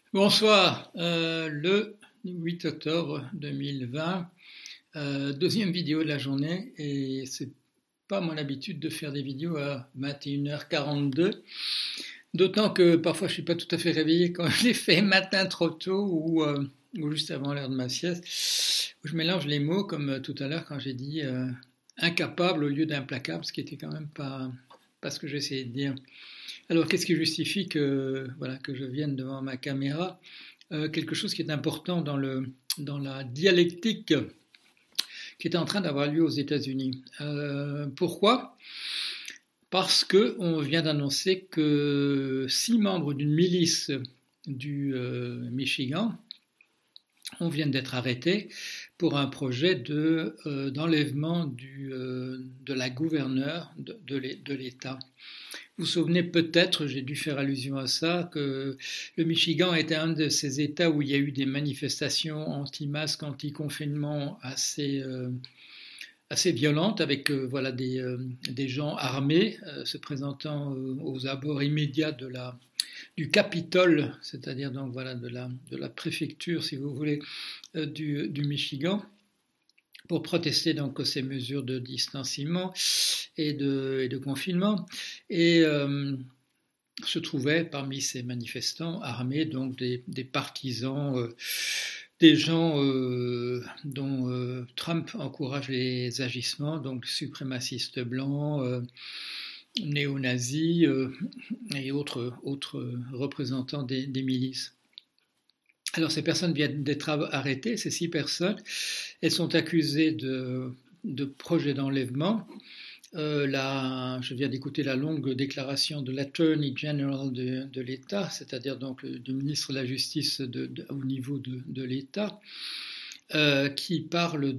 Bonsoir, le 8 octobre 2020, deuxième vidéo de la journée et c'est pas mon habitude de faire des vidéos à 21h42, d'autant que parfois je suis pas tout à fait réveillé quand je les fais matin trop tôt ou juste avant l'heure de ma sieste, où je mélange les mots comme tout à l'heure quand j'ai dit incapable au lieu d'implacable, ce qui était quand même pas ce que j'essayais de dire. Alors, qu'est-ce qui justifie que je vienne devant ma caméra? Quelque chose qui est important dans la dialectique qui est en train d'avoir lieu aux États-Unis. Pourquoi? Parce qu'on vient d'annoncer que 6 membres d'une milice du Michigan vient d'être arrêtés pour un projet d'enlèvement de la gouverneure de l'État. Vous vous souvenez peut-être, j'ai dû faire allusion à ça, que le Michigan était un de ces États où il y a eu des manifestations anti-masques, anti-confinement assez violentes, avec des gens armés se présentant aux abords immédiats du Capitole, c'est-à-dire donc voilà de la préfecture, si vous voulez, du Michigan, pour protester donc ces mesures de distanciement et de confinement. Et se trouvaient parmi ces manifestants armés donc des partisans, des gens dont Trump encourage les agissements, donc suprémacistes blancs, néo-nazis et autres représentants des milices. Alors ces personnes viennent d'être arrêtées, ces 6 personnes. Elles sont accusées de projet d'enlèvement. Je viens d'écouter la longue déclaration de l'Attorney General de l'État, c'est-à-dire donc du ministre de la Justice au niveau de l'État, qui parle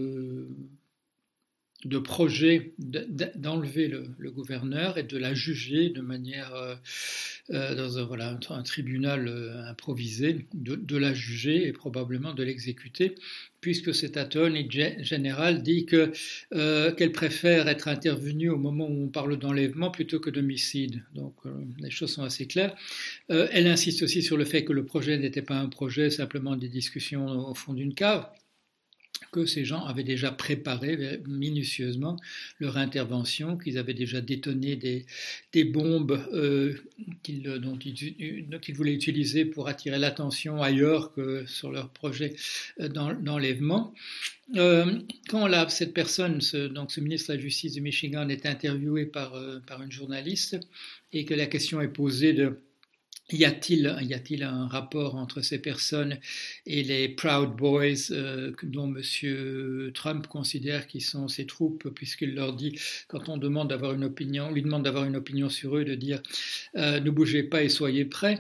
de projet d'enlever le gouverneur et de la juger de manière dans un tribunal improvisé, de la juger et probablement de l'exécuter, puisque cet attorney général dit qu'elle préfère être intervenue au moment où on parle d'enlèvement plutôt que d'homicide. Donc les choses sont assez claires. Elle insiste aussi sur le fait que le projet n'était pas un projet, simplement des discussions au fond d'une cave, que ces gens avaient déjà préparé minutieusement leur intervention, qu'ils avaient déjà détonné des bombes dont ils voulaient utiliser pour attirer l'attention ailleurs que sur leur projet d'enlèvement. Quand cette personne, ce ministre de la Justice du Michigan, est interviewé par une journaliste et que la question est posée de y a-t-il un rapport entre ces personnes et les Proud Boys dont M. Trump considère qu'ils sont ses troupes, puisqu'il leur dit, quand on lui demande d'avoir une opinion sur eux, de dire ne bougez pas et soyez prêts.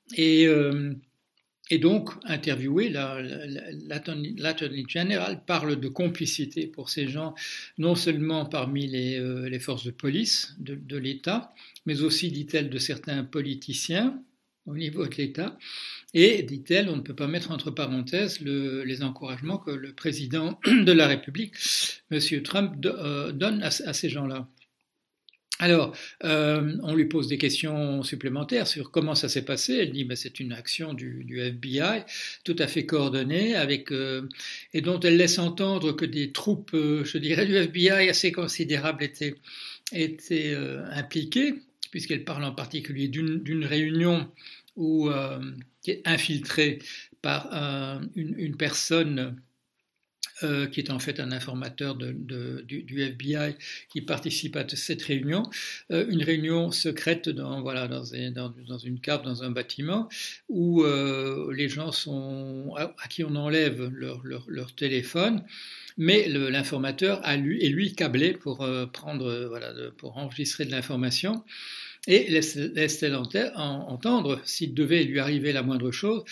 Et donc, interviewé, l'Attorney General parle de complicité pour ces gens, non seulement parmi les forces de police de l'État, mais aussi, dit-elle, de certains politiciens au niveau de l'État. Et, dit-elle, on ne peut pas mettre entre parenthèses les encouragements que le président de la République, M. Trump, donne à ces gens-là. Alors, on lui pose des questions supplémentaires sur comment ça s'est passé. Elle dit c'est une action du FBI tout à fait coordonnée et dont elle laisse entendre que des troupes, je dirais, du FBI assez considérables étaient impliquées, puisqu'elle parle en particulier d'une réunion qui est infiltrée par une personne qui est en fait un informateur du FBI qui participe à cette réunion, une réunion secrète dans une cave, dans un bâtiment, où les gens à qui on enlève leur téléphone, mais l'informateur est lui câblé pour pour enregistrer de l'information. Et laisse-t-elle entendre, s'il devait lui arriver la moindre chose,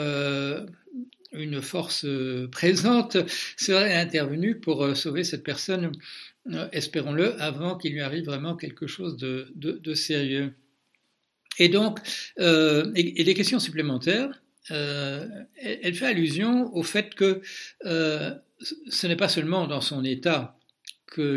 une force présente serait intervenue pour sauver cette personne, espérons-le, avant qu'il lui arrive vraiment quelque chose de sérieux. Et donc, et des questions supplémentaires, elle fait allusion au fait que ce n'est pas seulement dans son État que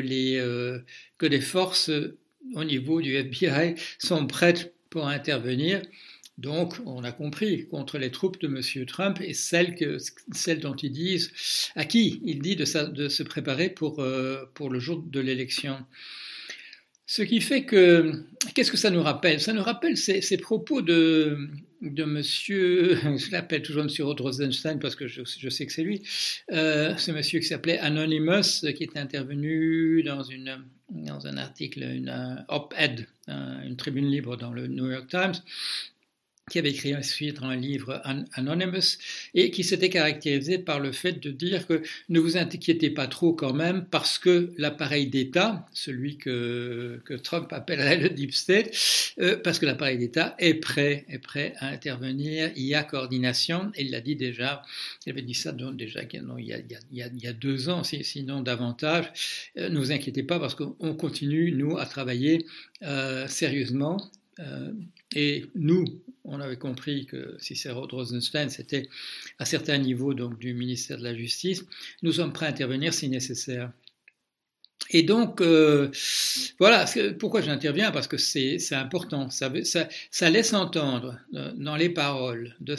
les forces au niveau du FBI sont prêtes pour intervenir, Donc, on a compris, contre les troupes de M. Trump et celles dont ils disent, à qui il dit de se préparer pour le jour de l'élection. Ce qui fait que, qu'est-ce que ça nous rappelle? Ça nous rappelle ces propos de monsieur, je l'appelle toujours monsieur Rosenstein parce que je sais que c'est lui, ce monsieur qui s'appelait Anonymous, qui était intervenu dans un article, une op-ed, une tribune libre dans le New York Times, qui avait écrit ensuite un livre Anonymous et qui s'était caractérisé par le fait de dire que ne vous inquiétez pas trop quand même parce que l'appareil d'État, celui que Trump appellerait le Deep State, parce que l'appareil d'État est prêt à intervenir, il y a coordination, et il l'a dit déjà, il avait dit ça déjà il y a 2 ans, sinon davantage, ne vous inquiétez pas parce qu'on continue, nous, à travailler sérieusement. Et nous, on avait compris que si c'est Rosenstein, c'était à certains niveaux donc, du ministère de la Justice, nous sommes prêts à intervenir si nécessaire. Et donc, voilà, pourquoi j'interviens, parce que c'est important, ça laisse entendre dans les paroles de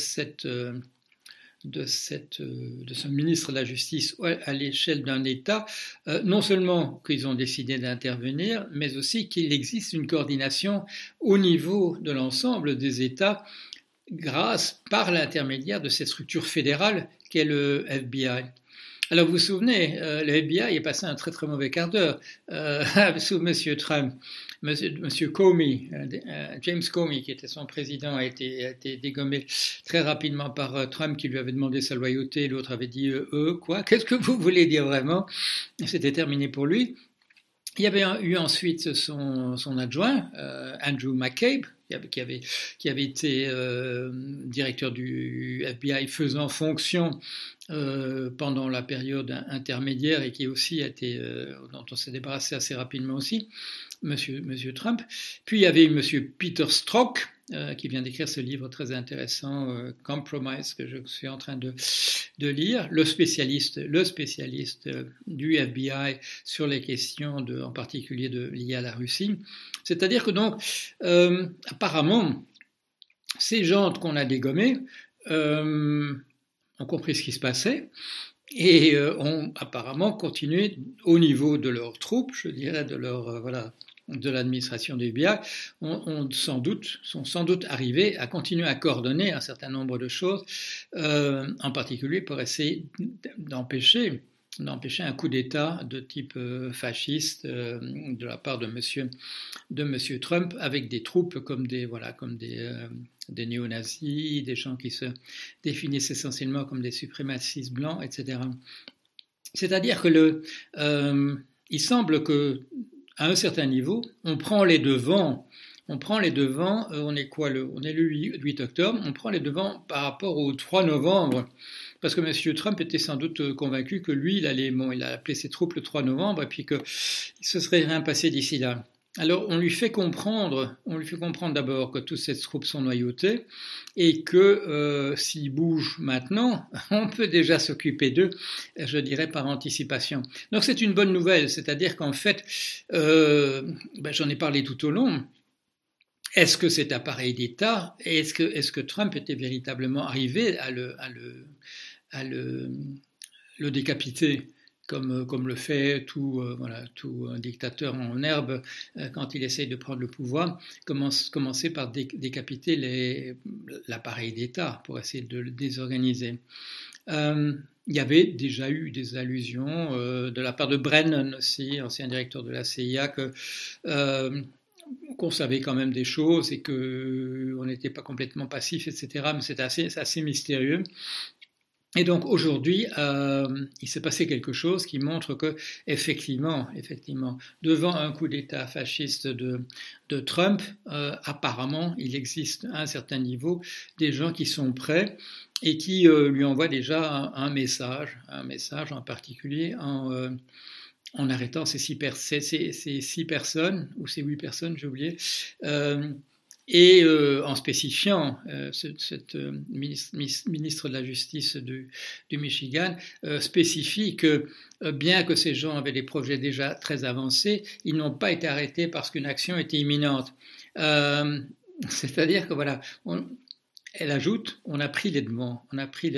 ce ministre de la Justice à l'échelle d'un État, non seulement qu'ils ont décidé d'intervenir, mais aussi qu'il existe une coordination au niveau de l'ensemble des États par l'intermédiaire de cette structure fédérale qu'est le FBI. Alors vous vous souvenez, le FBI est passé un très très mauvais quart d'heure sous M. Trump. Monsieur Comey, James Comey, qui était son président, a été dégommé très rapidement par Trump, qui lui avait demandé sa loyauté. L'autre avait dit quoi? Qu'est-ce que vous voulez dire vraiment? C'était terminé pour lui. Il y avait eu ensuite son adjoint, Andrew McCabe, qui avait été directeur du FBI faisant fonction pendant la période intermédiaire et qui aussi a été, dont on s'est débarrassé assez rapidement aussi, Monsieur Trump. Puis il y avait eu Monsieur Peter Strzok, qui vient d'écrire ce livre très intéressant, Compromise, que je suis en train de lire, le spécialiste du FBI sur les questions en particulier liées à la Russie. C'est-à-dire que donc, apparemment, ces gens qu'on a dégommés ont compris ce qui se passait et ont apparemment continué au niveau de leurs troupes, je dirais, de l'administration du FBI, sont sans doute arrivés à continuer à coordonner un certain nombre de choses, en particulier pour essayer d'empêcher un coup d'État de type fasciste de la part de Monsieur Trump, avec des troupes comme des néo-nazis, des gens qui se définissent essentiellement comme des suprémacistes blancs, etc. C'est-à-dire que il semble que à un certain niveau, on prend les devants, on est quoi, on est le 8 octobre, on prend les devants par rapport au 3 novembre, parce que M. Trump était sans doute convaincu que lui, il a appelé ses troupes le 3 novembre, et puis qu'il se serait rien passé d'ici là. Alors on lui fait comprendre d'abord que toutes ces troupes sont noyautées et que s'ils bougent maintenant, on peut déjà s'occuper d'eux, je dirais par anticipation. Donc c'est une bonne nouvelle, c'est-à-dire qu'en fait, j'en ai parlé tout au long. Est-ce que cet appareil d'État, est-ce que Trump était véritablement arrivé à le décapiter? Comme le fait tout dictateur en herbe quand il essaye de prendre le pouvoir, commencer par décapiter l'appareil d'État pour essayer de le désorganiser. Il y avait déjà eu des allusions de la part de Brennan aussi, ancien directeur de la CIA, qu'on savait quand même des choses et qu'on n'était pas complètement passif, etc. Mais c'est assez mystérieux. Et donc aujourd'hui, il s'est passé quelque chose qui montre que effectivement, devant un coup d'État fasciste de Trump, apparemment, il existe à un certain niveau des gens qui sont prêts et qui lui envoient déjà un message en particulier en arrêtant ces 6 personnes ou ces 8 personnes, j'ai oublié. Et en spécifiant, cette ministre de la Justice du Michigan spécifie que bien que ces gens avaient des projets déjà très avancés, ils n'ont pas été arrêtés parce qu'une action était imminente. C'est-à-dire que voilà, Elle ajoute, on a pris les devants,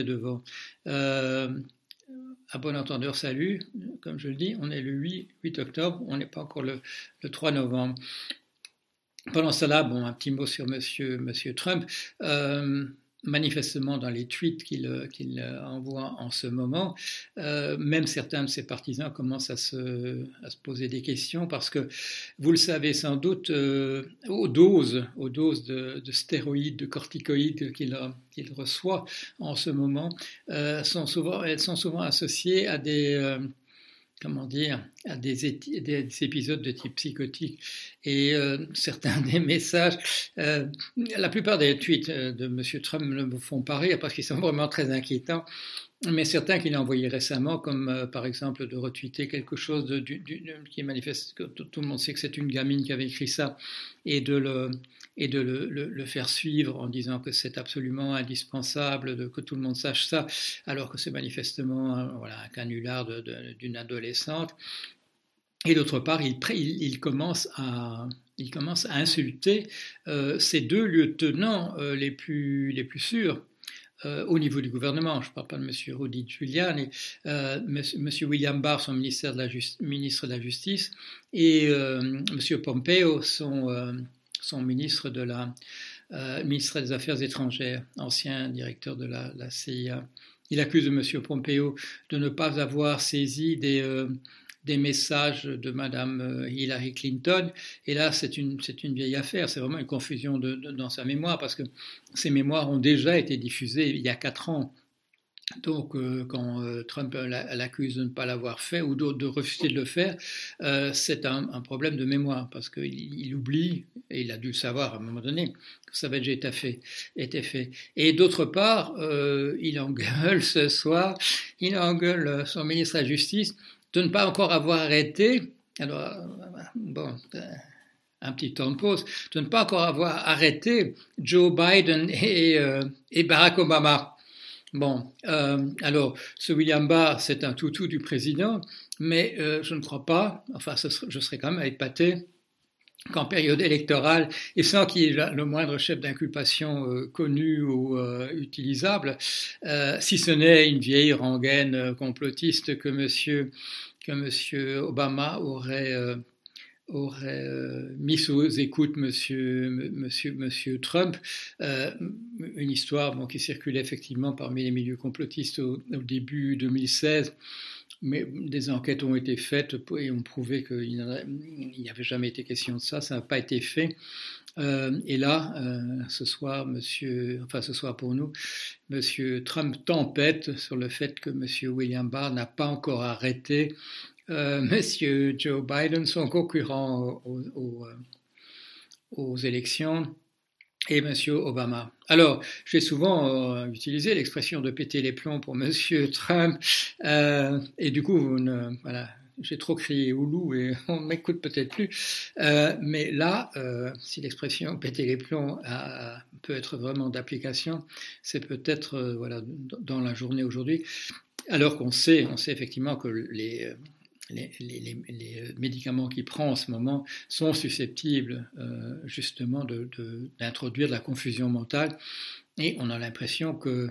à bon entendeur, salut, comme je le dis, on est le 8 octobre, on n'est pas encore le 3 novembre. Pendant cela, bon, un petit mot sur monsieur Trump. Manifestement, dans les tweets qu'il envoie en ce moment, même certains de ses partisans commencent à se poser des questions parce que, vous le savez sans doute, aux doses de stéroïdes, de corticoïdes qu'il reçoit en ce moment, elles sont souvent associées à des à des épisodes de type psychotique. Et certains des messages, la plupart des tweets de M. Trump me font pas rire parce qu'ils sont vraiment très inquiétants. Mais certains qu'il a envoyés récemment, comme par exemple de retweeter quelque chose qui manifeste que tout le monde sait que c'est une gamine qui avait écrit ça, et de le faire suivre en disant que c'est absolument indispensable que tout le monde sache ça, alors que c'est manifestement un canular d'une adolescente. Et d'autre part, il commence à insulter ces deux lieutenants les plus sûrs. Au niveau du gouvernement, je ne parle pas de M. Rudy Giuliani, M. William Barr, son ministre de la Justice, et M. Pompeo, son ministre ministre des Affaires étrangères, ancien directeur de la CIA. Il accuse M. Pompeo de ne pas avoir saisi des messages de Mme Hillary Clinton. Et là, c'est une vieille affaire. C'est vraiment une confusion dans sa mémoire, parce que ces mémoires ont déjà été diffusées il y a 4 ans. Donc, quand Trump l'accuse de ne pas l'avoir fait ou de refuser de le faire, c'est un problème de mémoire, parce qu'il oublie, et il a dû le savoir à un moment donné, que ça avait déjà été fait. Et d'autre part, il engueule ce soir, son ministre de la Justice de ne pas encore avoir arrêté, alors, bon, un petit temps de pause, de ne pas encore avoir arrêté Joe Biden et Barack Obama. Bon, alors, ce William Barr, c'est un toutou du président, mais je ne crois pas, enfin, je serais quand même épaté qu'en période électorale, et sans qu'il y ait le moindre chef d'inculpation connu ou utilisable, si ce n'est une vieille rengaine complotiste que monsieur Obama aurait mis sous écoute monsieur Trump, une histoire qui circulait effectivement parmi les milieux complotistes au début 2016, mais des enquêtes ont été faites et ont prouvé qu'il n'y avait jamais été question de ça, ça n'a pas été fait. Et là, ce soir pour nous, M. Trump tempête sur le fait que M. William Barr n'a pas encore arrêté M. Joe Biden, son concurrent aux élections, et M. Obama. Alors, j'ai souvent utilisé l'expression de péter les plombs pour M. Trump, et du coup, j'ai trop crié au loup et on ne m'écoute peut-être plus. Mais là, si l'expression péter les plombs peut être vraiment d'application, c'est peut-être dans la journée aujourd'hui, alors qu'on sait effectivement que les médicaments qu'il prend en ce moment sont susceptibles justement d'introduire de la confusion mentale, et on a l'impression que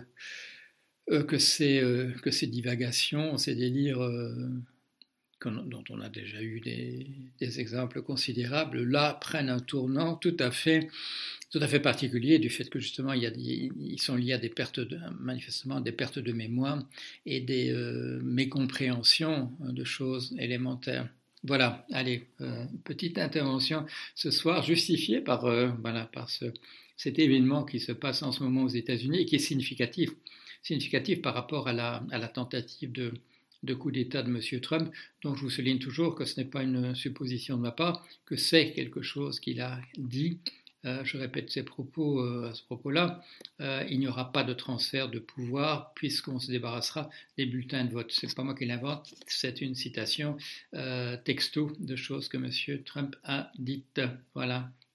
ces divagations, ces délires dont on a déjà eu des exemples considérables, là prennent un tournant tout à fait particulier, du fait que justement ils sont liés à manifestement des pertes de mémoire et des mécompréhensions de choses élémentaires. Voilà, allez, petite intervention ce soir justifiée par cet événement qui se passe en ce moment aux États-Unis et qui est significatif par rapport à la tentative de coup d'État de M. Trump, dont je vous souligne toujours que ce n'est pas une supposition de ma part, que c'est quelque chose qu'il a dit. Je répète ses propos à ce propos-là, il n'y aura pas de transfert de pouvoir puisqu'on se débarrassera des bulletins de vote. Ce n'est pas moi qui l'invente, c'est une citation texto de choses que M. Trump a dites. Voilà.